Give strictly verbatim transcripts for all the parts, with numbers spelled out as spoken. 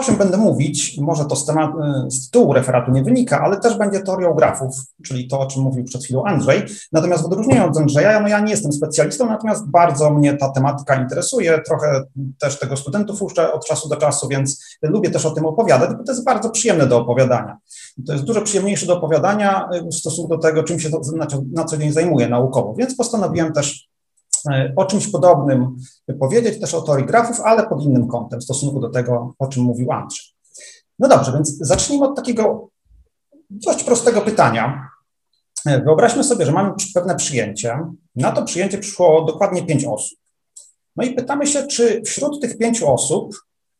czym będę mówić, może to z, temat, z tytułu referatu nie wynika, ale też będzie teorią grafów, czyli to, o czym mówił przed chwilą Andrzej. Natomiast w odróżnieniu od Andrzeja, no ja nie jestem specjalistą, natomiast bardzo mnie ta tematyka interesuje, trochę też tego studentów uczę od czasu do czasu, więc lubię też o tym opowiadać, bo to jest bardzo przyjemne do opowiadania. To jest dużo przyjemniejsze do opowiadania w stosunku do tego, czym się na, na co dzień zajmuję naukowo, więc postanowiłem też o czymś podobnym powiedzieć, też o teorii grafów, ale pod innym kątem w stosunku do tego, o czym mówił Andrzej. No dobrze, więc zacznijmy od takiego dość prostego pytania. Wyobraźmy sobie, że mamy pewne przyjęcie. Na to przyjęcie przyszło dokładnie pięć osób. No i pytamy się, czy wśród tych pięciu osób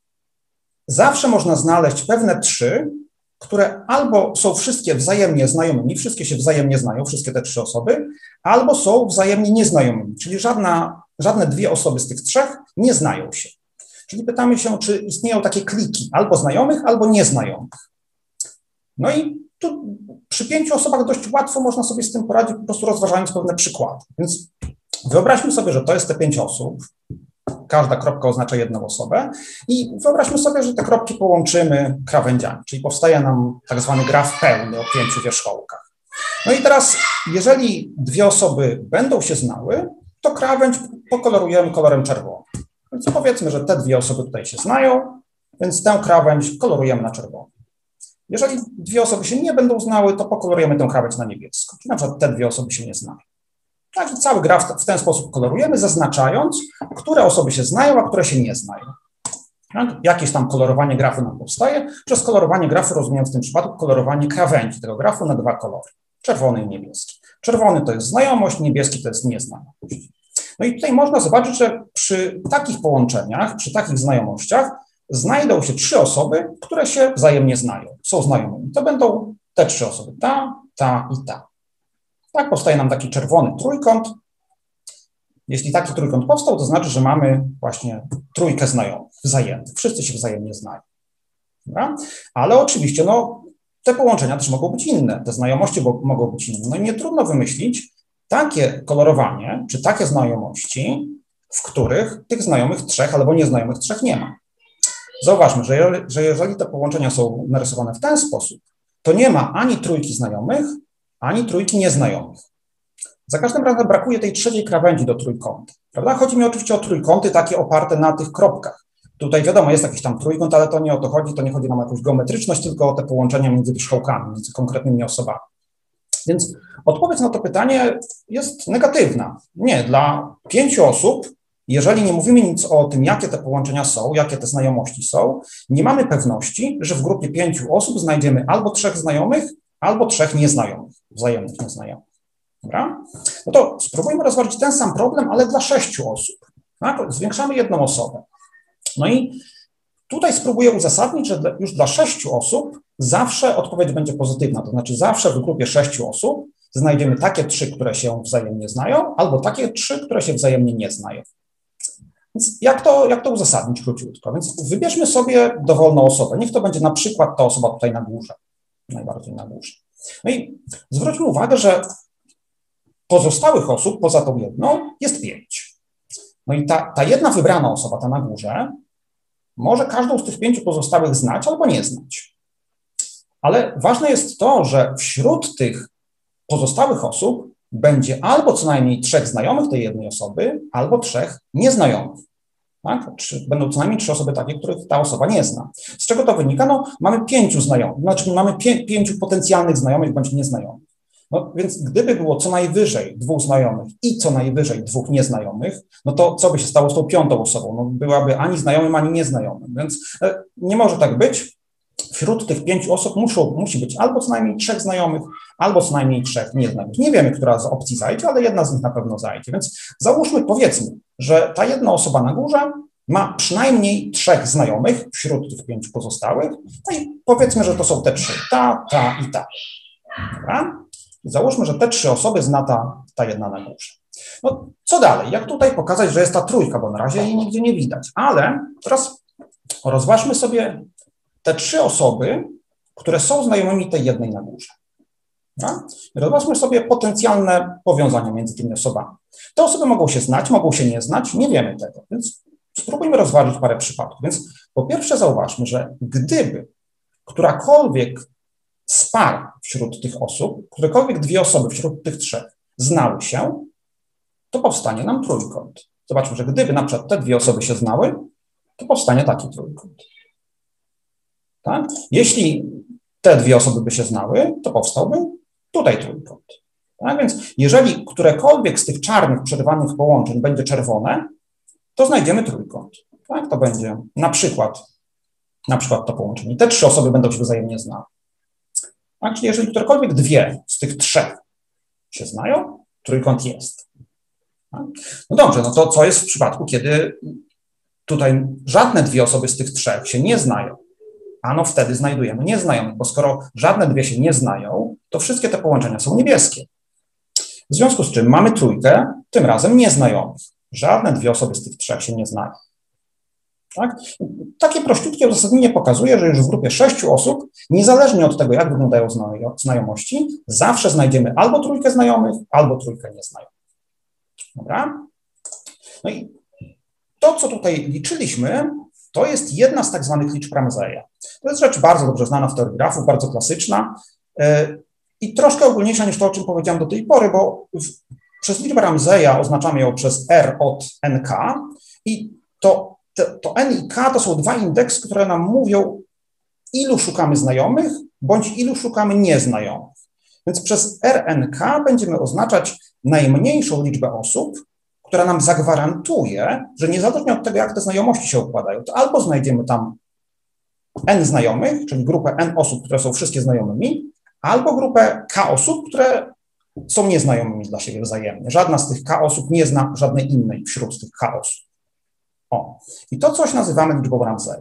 zawsze można znaleźć pewne trzy, które albo są wszystkie wzajemnie znajomymi, wszystkie się wzajemnie znają, wszystkie te trzy osoby, albo są wzajemnie nieznajomymi, czyli żadna, żadne dwie osoby z tych trzech nie znają się. Czyli pytamy się, czy istnieją takie kliki albo znajomych, albo nieznajomych. No i tu przy pięciu osobach dość łatwo można sobie z tym poradzić, po prostu rozważając pewne przykłady. Więc wyobraźmy sobie, że to jest te pięć osób. Każda kropka oznacza jedną osobę i wyobraźmy sobie, że te kropki połączymy krawędziami, czyli powstaje nam tak zwany graf pełny o pięciu wierzchołkach. No i teraz, jeżeli dwie osoby będą się znały, to krawędź pokolorujemy kolorem czerwonym. Więc powiedzmy, że te dwie osoby tutaj się znają, więc tę krawędź kolorujemy na czerwono. Jeżeli dwie osoby się nie będą znały, to pokolorujemy tę krawędź na niebiesko, czyli na przykład te dwie osoby się nie znają. Także cały graf w ten sposób kolorujemy, zaznaczając, które osoby się znają, a które się nie znają. Tak? Jakieś tam kolorowanie grafu nam powstaje. Przez kolorowanie grafu rozumiem w tym przypadku kolorowanie krawędzi tego grafu na dwa kolory, czerwony i niebieski. Czerwony to jest znajomość, niebieski to jest nieznajomość. No i tutaj można zobaczyć, że przy takich połączeniach, przy takich znajomościach znajdą się trzy osoby, które się wzajemnie znają, są znajomymi. To będą te trzy osoby, ta, ta i ta. Tak powstaje nam taki czerwony trójkąt. Jeśli taki trójkąt powstał, to znaczy, że mamy właśnie trójkę znajomych, wzajemnych. Wszyscy się wzajemnie znają. Dobra? Ale oczywiście no, te połączenia też mogą być inne, te znajomości mogą być inne. No i nie trudno wymyślić takie kolorowanie, czy takie znajomości, w których tych znajomych trzech albo nieznajomych trzech nie ma. Zauważmy, że jeżeli, że jeżeli te połączenia są narysowane w ten sposób, to nie ma ani trójki znajomych, ani trójki nieznajomych. Za każdym razem brakuje tej trzeciej krawędzi do trójkąta, prawda? Chodzi mi oczywiście o trójkąty takie oparte na tych kropkach. Tutaj wiadomo, jest jakiś tam trójkąt, ale to nie o to chodzi, to nie chodzi nam o jakąś geometryczność, tylko o te połączenia między wierzchołkami, między konkretnymi osobami. Więc odpowiedź na to pytanie jest negatywna. Nie, dla pięciu osób, jeżeli nie mówimy nic o tym, jakie te połączenia są, jakie te znajomości są, nie mamy pewności, że w grupie pięciu osób znajdziemy albo trzech znajomych, albo trzech nieznajomych, wzajemnych nieznajomych. Dobra? No to spróbujmy rozważyć ten sam problem, ale dla sześciu osób. Tak? Zwiększamy jedną osobę. No i tutaj spróbuję uzasadnić, że już dla sześciu osób zawsze odpowiedź będzie pozytywna, to znaczy zawsze w grupie sześciu osób znajdziemy takie trzy, które się wzajemnie znają, albo takie trzy, które się wzajemnie nie znają. Więc jak to, jak to uzasadnić króciutko? Więc wybierzmy sobie dowolną osobę. Niech to będzie na przykład ta osoba tutaj na górze, najbardziej na górze. No i zwróćmy uwagę, że pozostałych osób poza tą jedną jest pięć. No i ta, ta jedna wybrana osoba, ta na górze, może każdą z tych pięciu pozostałych znać albo nie znać. Ale ważne jest to, że wśród tych pozostałych osób będzie albo co najmniej trzech znajomych tej jednej osoby, albo trzech nieznajomych. Tak? Będą co najmniej trzy osoby takie, których ta osoba nie zna. Z czego to wynika? No, mamy pięciu znajomych, znaczy mamy pię pięciu potencjalnych znajomych bądź nieznajomych. No, więc gdyby było co najwyżej dwóch znajomych i co najwyżej dwóch nieznajomych, no to co by się stało z tą piątą osobą? No, byłaby ani znajomym, ani nieznajomym. Więc e, nie może tak być. Wśród tych pięciu osób muszą, musi być albo co najmniej trzech znajomych, albo co najmniej trzech nieznajomych. Nie wiemy, która z opcji zajdzie, ale jedna z nich na pewno zajdzie. Więc załóżmy, powiedzmy, że ta jedna osoba na górze ma przynajmniej trzech znajomych wśród tych pięciu pozostałych. No i powiedzmy, że to są te trzy, ta, ta i ta. Dobra? I załóżmy, że te trzy osoby zna ta, ta jedna na górze. No co dalej? Jak tutaj pokazać, że jest ta trójka, bo na razie jej nigdzie nie widać. Ale teraz rozważmy sobie te trzy osoby, które są znajomymi tej jednej na górze. No? Rozważmy sobie potencjalne powiązania między tymi osobami. Te osoby mogą się znać, mogą się nie znać, nie wiemy tego. Więc spróbujmy rozważyć parę przypadków. Więc po pierwsze zauważmy, że gdyby którakolwiek z par wśród tych osób, którekolwiek dwie osoby wśród tych trzech znały się, to powstanie nam trójkąt. Zobaczmy, że gdyby na przykład te dwie osoby się znały, to powstanie taki trójkąt. Tak? Jeśli te dwie osoby by się znały, to powstałby tutaj trójkąt. Tak? Więc jeżeli którekolwiek z tych czarnych przerywanych połączeń będzie czerwone, to znajdziemy trójkąt. Tak? To będzie na przykład, na przykład to połączenie. Te trzy osoby będą się wzajemnie znały. Tak? Czyli jeżeli którekolwiek dwie z tych trzech się znają, trójkąt jest. Tak? No dobrze, no to co jest w przypadku, kiedy tutaj żadne dwie osoby z tych trzech się nie znają? Ano wtedy znajdujemy nieznajomych, bo skoro żadne dwie się nie znają, to wszystkie te połączenia są niebieskie. W związku z czym mamy trójkę, tym razem nieznajomych. Żadne dwie osoby z tych trzech się nie znają. Tak? Takie prościutkie uzasadnienie pokazuje, że już w grupie sześciu osób, niezależnie od tego, jak wyglądają znajomości, zawsze znajdziemy albo trójkę znajomych, albo trójkę nieznajomych. Dobra? No i to, co tutaj liczyliśmy, to jest jedna z tak zwanych liczb Ramseya. To jest rzecz bardzo dobrze znana w teorii grafów, bardzo klasyczna i troszkę ogólniejsza niż to, o czym powiedziałem do tej pory, bo w, przez liczbę Ramseya oznaczamy ją przez R od N K i to, to, to N i K to są dwa indeksy, które nam mówią, ilu szukamy znajomych, bądź ilu szukamy nieznajomych. Więc przez R N K będziemy oznaczać najmniejszą liczbę osób, która nam zagwarantuje, że niezależnie od tego, jak te znajomości się układają, to albo znajdziemy tam N znajomych, czyli grupę N osób, które są wszystkie znajomymi, albo grupę K osób, które są nieznajomymi dla siebie wzajemnie. Żadna z tych K osób nie zna żadnej innej wśród tych K osób. O. I to coś nazywamy liczbą Ramseya.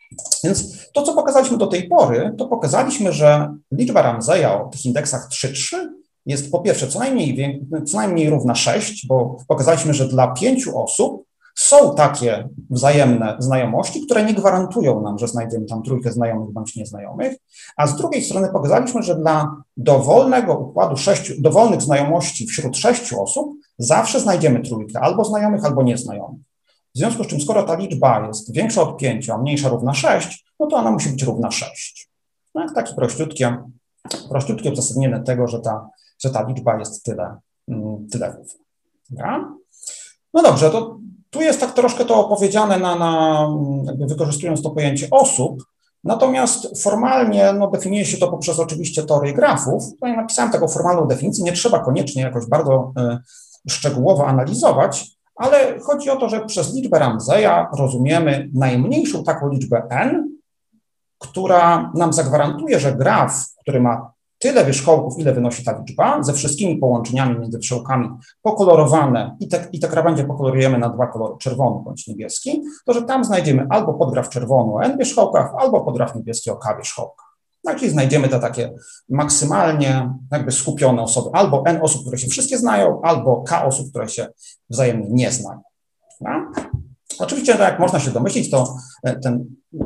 Więc to, co pokazaliśmy do tej pory, to pokazaliśmy, że liczba Ramseya o tych indeksach trzy, trzy jest po pierwsze co najmniej, co najmniej równa sześć, bo pokazaliśmy, że dla pięciu osób są takie wzajemne znajomości, które nie gwarantują nam, że znajdziemy tam trójkę znajomych bądź nieznajomych, a z drugiej strony pokazaliśmy, że dla dowolnego układu sześciu, dowolnych znajomości wśród sześciu osób zawsze znajdziemy trójkę albo znajomych, albo nieznajomych. W związku z czym, skoro ta liczba jest większa od pięciu, a mniejsza równa sześć, no to ona musi być równa sześć. Tak, takie prościutkie, prościutkie uzasadnienie tego, że ta, że ta liczba jest tyle, tyle równa. Ja? No dobrze, to tu jest tak troszkę to opowiedziane na, na jakby wykorzystując to pojęcie osób, natomiast formalnie no, definiuje się to poprzez oczywiście teorię grafów. Tutaj napisałem taką formalną definicję, nie trzeba koniecznie jakoś bardzo y, szczegółowo analizować, ale chodzi o to, że przez liczbę Ramseya rozumiemy najmniejszą taką liczbę n, która nam zagwarantuje, że graf, który ma tyle wierzchołków, ile wynosi ta liczba, ze wszystkimi połączeniami między wierzchołkami pokolorowane i te, i te krawędzie pokolorujemy na dwa kolory, czerwony bądź niebieski, to że tam znajdziemy albo podgraf czerwony o n wierzchołkach, albo podgraf niebieski o k wierzchołkach. No, czyli znajdziemy te takie maksymalnie jakby skupione osoby, albo n osób, które się wszystkie znają, albo k osób, które się wzajemnie nie znają. No? Oczywiście, tak jak można się domyślić, to ten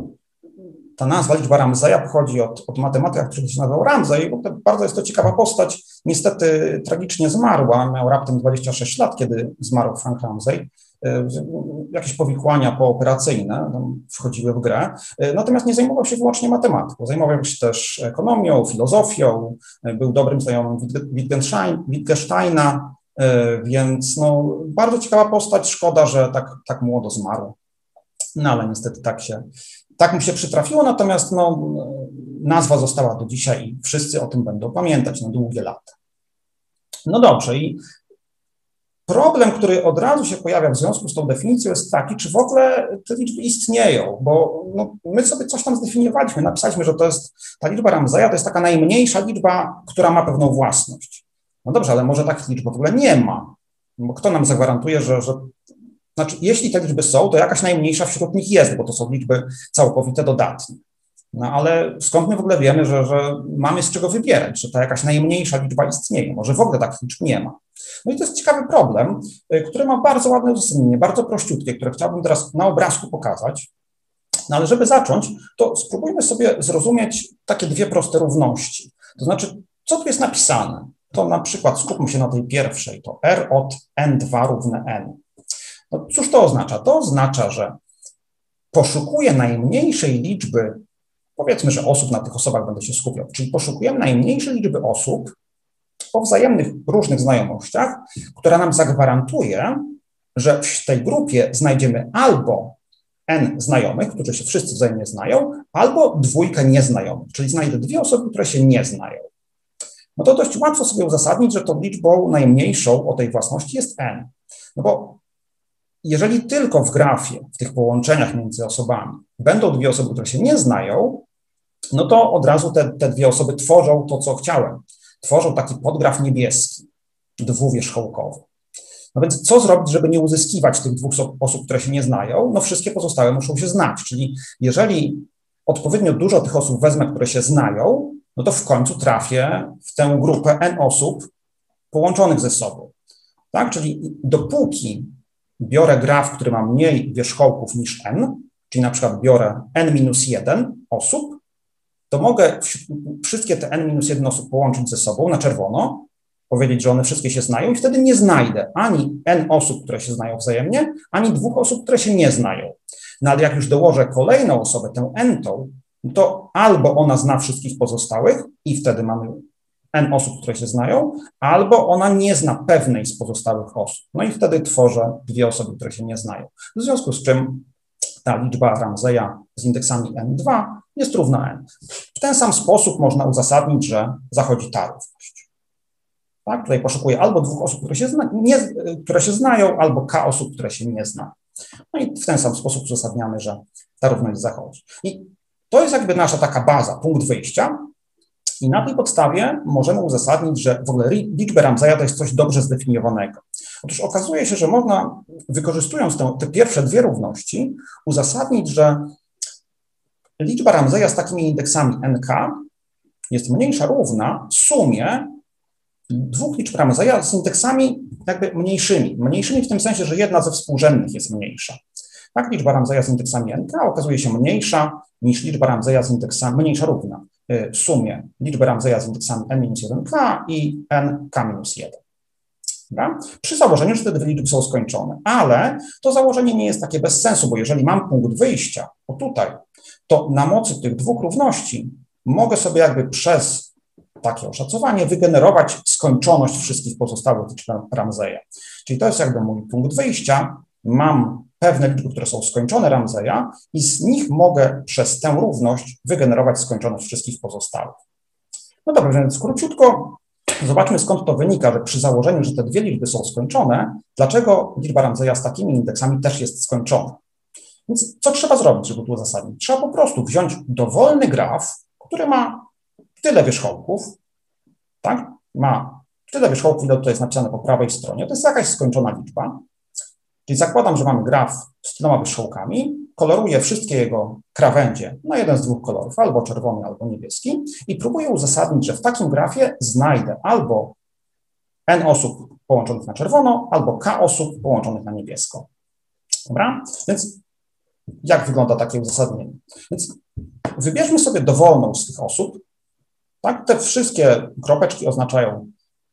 Ta nazwa, liczba Ramseya, pochodzi od, od matematyka, który się nazywał Ramsey, bo to bardzo jest to ciekawa postać. Niestety tragicznie zmarła, miał raptem dwadzieścia sześć lat, kiedy zmarł Frank Ramsey. Jakieś powikłania pooperacyjne wchodziły w grę. Natomiast nie zajmował się wyłącznie matematyką. Zajmował się też ekonomią, filozofią, był dobrym znajomym Wittgensteina, więc no, bardzo ciekawa postać. Szkoda, że tak, tak młodo zmarł. No ale niestety tak się Tak mu się przytrafiło, natomiast no, nazwa została do dzisiaj i wszyscy o tym będą pamiętać na długie lata. No dobrze, i problem, który od razu się pojawia w związku z tą definicją jest taki, czy w ogóle te liczby istnieją, bo no, my sobie coś tam zdefiniowaliśmy, napisaliśmy, że to jest ta liczba Ramseya, to jest taka najmniejsza liczba, która ma pewną własność. No dobrze, ale może takich liczb w ogóle nie ma, bo kto nam zagwarantuje, że, że Znaczy, jeśli te liczby są, to jakaś najmniejsza wśród nich jest, bo to są liczby całkowite dodatnie. No ale skąd my w ogóle wiemy, że, że mamy z czego wybierać, że ta jakaś najmniejsza liczba istnieje? Może w ogóle takich liczb nie ma. No i to jest ciekawy problem, który ma bardzo ładne uzasadnienie, bardzo prościutkie, które chciałbym teraz na obrazku pokazać. No ale żeby zacząć, to spróbujmy sobie zrozumieć takie dwie proste równości. To znaczy, co tu jest napisane? To na przykład skupmy się na tej pierwszej, to R od N dwa równe N. No, cóż to oznacza? To oznacza, że poszukuję najmniejszej liczby, powiedzmy, że osób, na tych osobach będę się skupiał, czyli poszukujemy najmniejszej liczby osób o wzajemnych różnych znajomościach, która nam zagwarantuje, że w tej grupie znajdziemy albo n znajomych, którzy się wszyscy wzajemnie znają, albo dwójkę nieznajomych, czyli znajdę dwie osoby, które się nie znają. No to dość łatwo sobie uzasadnić, że tą liczbą najmniejszą o tej własności jest n. No bo jeżeli tylko w grafie, w tych połączeniach między osobami będą dwie osoby, które się nie znają, no to od razu te, te dwie osoby tworzą to, co chciałem. Tworzą taki podgraf niebieski, dwuwierzchołkowy. No więc co zrobić, żeby nie uzyskiwać tych dwóch osób, które się nie znają? No wszystkie pozostałe muszą się znać, czyli jeżeli odpowiednio dużo tych osób wezmę, które się znają, no to w końcu trafię w tę grupę n osób połączonych ze sobą. Tak? Czyli dopóki biorę graf, który ma mniej wierzchołków niż n, czyli na przykład biorę n minus jeden osób, to mogę wszystkie te n minus jeden osób połączyć ze sobą na czerwono, powiedzieć, że one wszystkie się znają i wtedy nie znajdę ani n osób, które się znają wzajemnie, ani dwóch osób, które się nie znają. No ale jak już dołożę kolejną osobę, tę n-tą, to albo ona zna wszystkich pozostałych i wtedy mamy n osób, które się znają, albo ona nie zna pewnej z pozostałych osób. No i wtedy tworzę dwie osoby, które się nie znają. W związku z czym ta liczba Ramseya z indeksami n dwa jest równa n. W ten sam sposób można uzasadnić, że zachodzi ta równość. Tak? Tutaj poszukuję albo dwóch osób, które się, zna, nie, które się znają, albo k osób, które się nie zna. No i w ten sam sposób uzasadniamy, że ta równość zachodzi. I to jest jakby nasza taka baza, punkt wyjścia. I na tej podstawie możemy uzasadnić, że w ogóle liczba Ramseya to jest coś dobrze zdefiniowanego. Otóż okazuje się, że można, wykorzystując te, te pierwsze dwie równości, uzasadnić, że liczba Ramseya z takimi indeksami n k jest mniejsza równa sumie dwóch liczb Ramseya z indeksami jakby mniejszymi. Mniejszymi w tym sensie, że jedna ze współrzędnych jest mniejsza. Tak, liczba Ramseya z indeksami n k okazuje się mniejsza niż liczba Ramseya z indeksami, mniejsza równa w sumie liczby Ramseya z indeksami n minus jeden k i n k minus jeden. Dobra? Przy założeniu, że te dwie liczby są skończone, ale to założenie nie jest takie bez sensu, bo jeżeli mam punkt wyjścia, o tutaj, to na mocy tych dwóch równości mogę sobie jakby przez takie oszacowanie wygenerować skończoność wszystkich pozostałych liczb Ramseya. Czyli to jest jakby mój punkt wyjścia, mam pewne liczby, które są skończone Ramseya i z nich mogę przez tę równość wygenerować skończoność wszystkich pozostałych. No dobrze, więc króciutko zobaczmy, skąd to wynika, że przy założeniu, że te dwie liczby są skończone, dlaczego liczba Ramseya z takimi indeksami też jest skończona. Więc co trzeba zrobić, żeby to uzasadnić? Trzeba po prostu wziąć dowolny graf, który ma tyle wierzchołków, tak? Ma tyle wierzchołków, ile tutaj jest napisane po prawej stronie, to jest jakaś skończona liczba. Czyli zakładam, że mamy graf z tyloma wierzchołkami, koloruję wszystkie jego krawędzie na jeden z dwóch kolorów, albo czerwony, albo niebieski i próbuję uzasadnić, że w takim grafie znajdę albo n osób połączonych na czerwono, albo k osób połączonych na niebiesko. Dobra? Więc jak wygląda takie uzasadnienie? Więc wybierzmy sobie dowolną z tych osób. Tak? Te wszystkie kropeczki oznaczają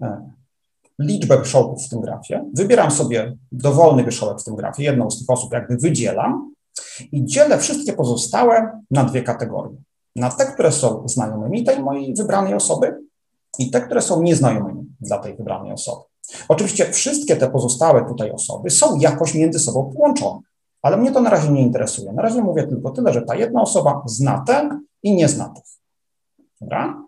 liczbę wierzchołków w tym grafie. Wybieram sobie dowolny wierzchołek w tym grafie, jedną z tych osób jakby wydzielam i dzielę wszystkie pozostałe na dwie kategorie. Na te, które są znajomymi tej mojej wybranej osoby i te, które są nieznajomymi dla tej wybranej osoby. Oczywiście wszystkie te pozostałe tutaj osoby są jakoś między sobą połączone, ale mnie to na razie nie interesuje. Na razie mówię tylko tyle, że ta jedna osoba zna ten i nie zna tych. Dobra?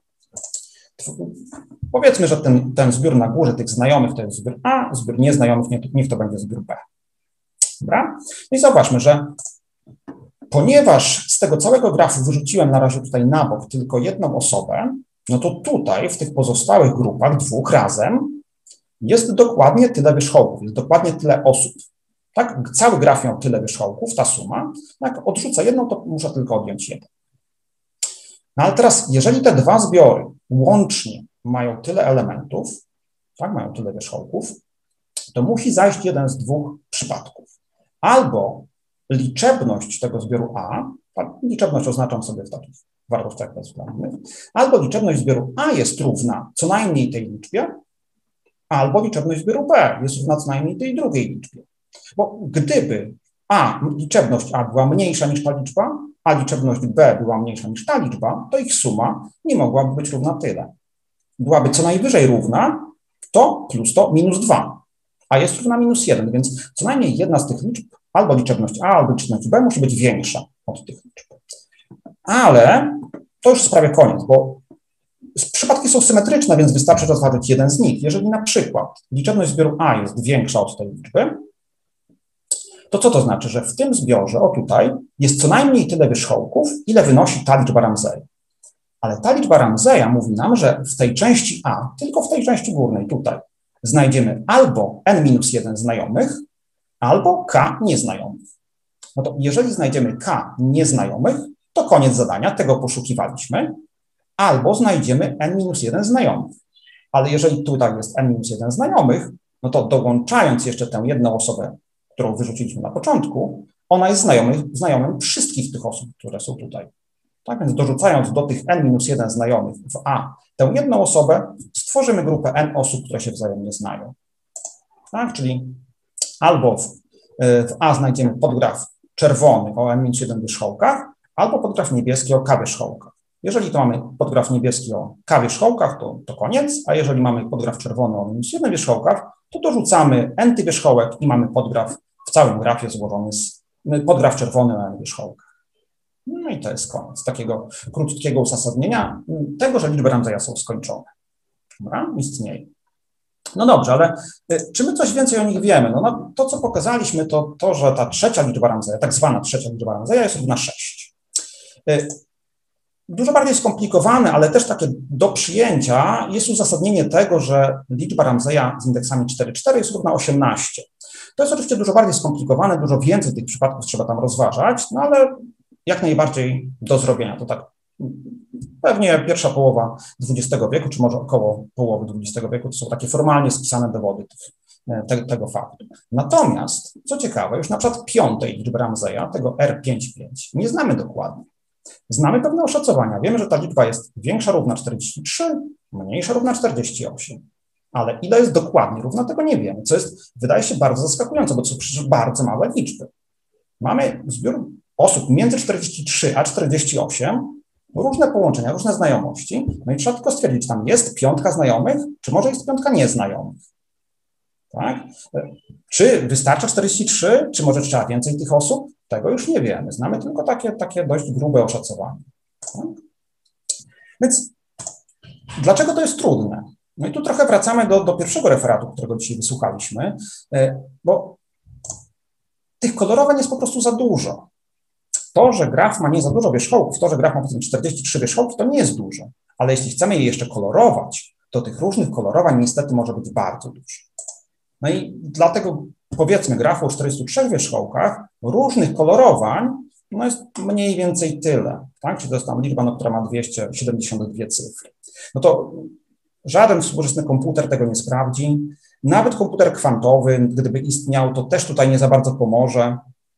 Powiedzmy, że ten, ten zbiór na górze tych znajomych to jest zbiór A, zbiór nieznajomych, niech, niech to będzie zbiór B. Dobra? No i zauważmy, że ponieważ z tego całego grafu wyrzuciłem na razie tutaj na bok tylko jedną osobę, no to tutaj w tych pozostałych grupach dwóch razem jest dokładnie tyle wierzchołków, jest dokładnie tyle osób. Tak? Cały graf miał tyle wierzchołków, ta suma. Jak odrzucę jedną, to muszę tylko odjąć jeden. No ale teraz, jeżeli te dwa zbiory łącznie mają tyle elementów, tak, mają tyle wierzchołków, to musi zajść jeden z dwóch przypadków. Albo liczebność tego zbioru A, liczebność oznaczam sobie w takich wartościach bezwzględnych, albo liczebność zbioru A jest równa co najmniej tej liczbie, albo liczebność zbioru B jest równa co najmniej tej drugiej liczbie. Bo gdyby a, liczebność a była mniejsza niż ta liczba, a liczebność b była mniejsza niż ta liczba, to ich suma nie mogłaby być równa tyle. Byłaby co najwyżej równa to plus to minus dwa, a jest równa minus jeden, więc co najmniej jedna z tych liczb, albo liczebność a, albo liczebność b musi być większa od tych liczb. Ale to już jest prawie koniec, bo przypadki są symetryczne, więc wystarczy rozważyć jeden z nich. Jeżeli na przykład liczebność zbioru a jest większa od tej liczby, to co to znaczy? Że w tym zbiorze, o tutaj, jest co najmniej tyle wierzchołków, ile wynosi ta liczba Ramseya. Ale ta liczba Ramseya mówi nam, że w tej części a, tylko w tej części górnej, tutaj, znajdziemy albo n minus jeden znajomych, albo k nieznajomych. No to jeżeli znajdziemy k nieznajomych, to koniec zadania, tego poszukiwaliśmy, albo znajdziemy n minus jeden znajomych. Ale jeżeli tutaj jest n minus jeden znajomych, no to dołączając jeszcze tę jedną osobę, którą wyrzuciliśmy na początku, ona jest znajomy, znajomym wszystkich tych osób, które są tutaj. Tak więc dorzucając do tych n minus jeden znajomych w A tę jedną osobę, stworzymy grupę n osób, które się wzajemnie znają. Tak? Czyli albo w, w A znajdziemy podgraf czerwony o n minus jeden wierzchołkach, albo podgraf niebieski o k wierzchołkach. Jeżeli to mamy podgraf niebieski o k wierzchołkach, to, to koniec, a jeżeli mamy podgraf czerwony o minus jeden wierzchołkach, to dorzucamy n-ty wierzchołek i mamy podgraf w całym grafie złożony z podgraf czerwony o n wierzchołkach. No i to jest koniec takiego krótkiego uzasadnienia tego, że liczby Ramseya są skończone. Dobra? Istnieje. No dobrze, ale y, czy my coś więcej o nich wiemy? No, no to, co pokazaliśmy, to to, że ta trzecia liczba Ramseya, tak zwana trzecia liczba Ramseya jest równa sześć. Y, Dużo bardziej skomplikowane, ale też takie do przyjęcia jest uzasadnienie tego, że liczba Ramseya z indeksami cztery, cztery jest równa osiemnaście. To jest oczywiście dużo bardziej skomplikowane, dużo więcej tych przypadków trzeba tam rozważać, no ale jak najbardziej do zrobienia. To tak pewnie pierwsza połowa dwudziestego wieku, czy może około połowy dwudziestego wieku, to są takie formalnie spisane dowody tych, te, tego faktu. Natomiast, co ciekawe, już na przykład piątej liczby Ramseya, tego R pięć pięć, nie znamy dokładnie. Znamy pewne oszacowania. Wiemy, że ta liczba jest większa równa czterdzieści trzy, mniejsza równa czterdzieści osiem. Ale ile jest dokładnie równa, tego nie wiemy, co jest, wydaje się, bardzo zaskakujące, bo to są przecież bardzo małe liczby. Mamy zbiór osób między czterdzieści trzy a czterdzieści osiem, różne połączenia, różne znajomości, no i trzeba tylko stwierdzić, czy tam jest piątka znajomych, czy może jest piątka nieznajomych. Tak? Czy wystarcza czterdzieści trzy, czy może trzeba więcej tych osób? Tego już nie wiemy. Znamy tylko takie, takie dość grube oszacowanie. Tak? Więc dlaczego to jest trudne? No i tu trochę wracamy do, do pierwszego referatu, którego dzisiaj wysłuchaliśmy, bo tych kolorowań jest po prostu za dużo. To, że graf ma nie za dużo wierzchołków, to, że graf ma powiedzmy czterdzieści trzy wierzchołki, to nie jest dużo. Ale jeśli chcemy je jeszcze kolorować, to tych różnych kolorowań niestety może być bardzo dużo. No i dlatego powiedzmy grafu o czterdziestu trzech wierzchołkach różnych kolorowań no jest mniej więcej tyle, tak? Czyli to jest tam liczba, no, która ma dwieście siedemdziesiąt dwie cyfry. No to żaden współczesny komputer tego nie sprawdzi. Nawet komputer kwantowy, gdyby istniał, to też tutaj nie za bardzo pomoże.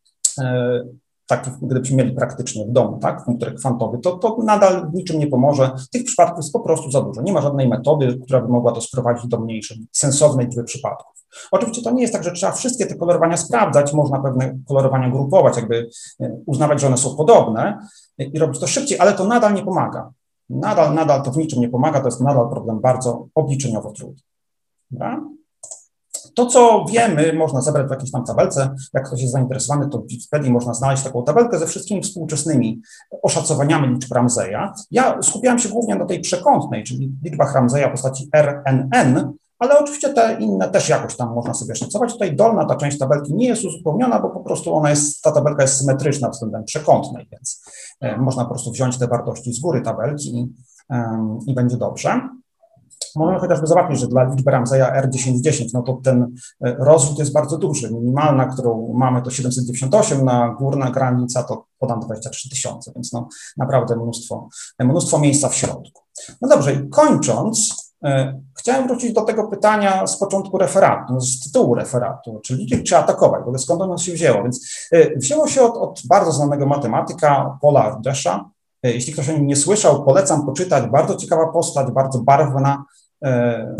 Tak, gdybyśmy mieli praktycznie w domu, tak, komputer kwantowy, to, to nadal niczym nie pomoże. Tych przypadków jest po prostu za dużo. Nie ma żadnej metody, która by mogła to sprowadzić do mniejszej, sensownej liczby przypadków. Oczywiście to nie jest tak, że trzeba wszystkie te kolorowania sprawdzać, można pewne kolorowania grupować, jakby uznawać, że one są podobne i robić to szybciej, ale to nadal nie pomaga. Nadal, nadal to w niczym nie pomaga, to jest nadal problem bardzo obliczeniowo trudny. Dobra? To, co wiemy, można zebrać w jakiejś tam tabelce. Jak ktoś jest zainteresowany, to w Wikipedii można znaleźć taką tabelkę ze wszystkimi współczesnymi oszacowaniami liczb Ramseya. Ja skupiałem się głównie na tej przekątnej, czyli liczbach Ramseya w postaci R N N, ale oczywiście te inne też jakoś tam można sobie szacować. Tutaj dolna ta część tabelki nie jest uzupełniona, bo po prostu ona jest, ta tabelka jest symetryczna względem przekątnej, więc można po prostu wziąć te wartości z góry tabelki i, i będzie dobrze. Możemy chociażby zobaczyć, że dla liczby Ramseya R dziesięć dziesięć, no to ten rozrzut jest bardzo duży. Minimalna, którą mamy, to siedemset dziewięćdziesiąt osiem, na górna granica to podam dwadzieścia trzy tysiące, więc no naprawdę mnóstwo, mnóstwo miejsca w środku. No dobrze, i kończąc, e, chciałem wrócić do tego pytania z początku referatu, z tytułu referatu, czyli liczyć czy atakować, w ogóle skąd ono się wzięło. Więc e, wzięło się od, od bardzo znanego matematyka Paula Ardesha. E, jeśli ktoś o nim nie słyszał, polecam poczytać, bardzo ciekawa postać, bardzo barwna.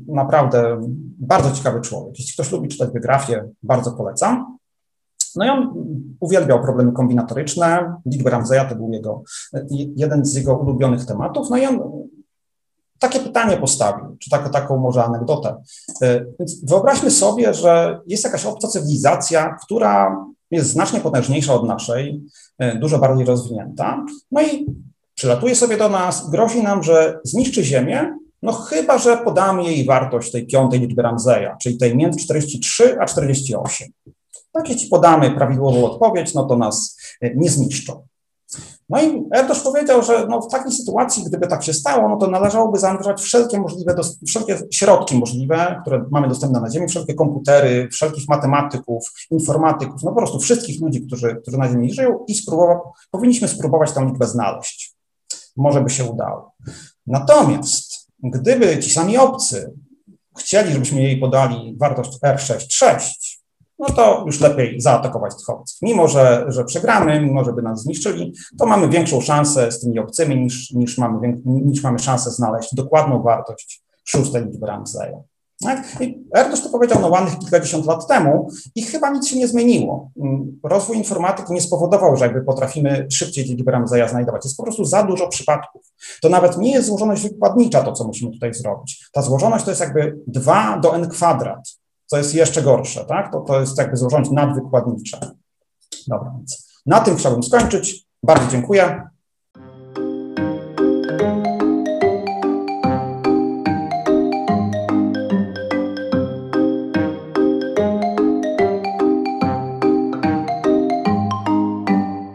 naprawdę bardzo ciekawy człowiek. Jeśli ktoś lubi czytać biografię, bardzo polecam. No i on uwielbiał problemy kombinatoryczne, liczby Ramseya to był jego, jeden z jego ulubionych tematów, no i on takie pytanie postawił, czy taką, taką może anegdotę. Więc wyobraźmy sobie, że jest jakaś obca cywilizacja, która jest znacznie potężniejsza od naszej, dużo bardziej rozwinięta, no i przylatuje sobie do nas, grozi nam, że zniszczy Ziemię, no chyba że podamy jej wartość tej piątej liczby Ramseya, czyli tej między czterdzieści trzy a czterdzieści osiem. Tak, jeśli podamy prawidłową odpowiedź, no to nas nie zniszczą. No i Erdos powiedział, że no w takiej sytuacji, gdyby tak się stało, no to należałoby zaangażować wszelkie możliwe, wszelkie środki możliwe, które mamy dostępne na Ziemi, wszelkie komputery, wszelkich matematyków, informatyków, no po prostu wszystkich ludzi, którzy, którzy na Ziemi żyją i spróbować, powinniśmy spróbować tę liczbę znaleźć. Może by się udało. Natomiast gdyby ci sami obcy chcieli, żebyśmy jej podali wartość R sześćdziesiąt sześć, no to już lepiej zaatakować tych obcych. Mimo, że, że przegramy, mimo, że by nas zniszczyli, to mamy większą szansę z tymi obcymi, niż, niż, mamy, niż mamy szansę znaleźć dokładną wartość szóstej liczby Ramseya. Tak? I Erdos to powiedział no ładnych kilkadziesiąt lat temu i chyba nic się nie zmieniło. Rozwój informatyki nie spowodował, że jakby potrafimy szybciej liczbę Ramseya znajdować. Jest po prostu za dużo przypadków. To nawet nie jest złożoność wykładnicza to, co musimy tutaj zrobić. Ta złożoność to jest jakby dwa do n kwadrat, co jest jeszcze gorsze, tak? To, to jest jakby złożoność nadwykładnicza. Dobra, więc na tym chciałbym skończyć. Bardzo dziękuję.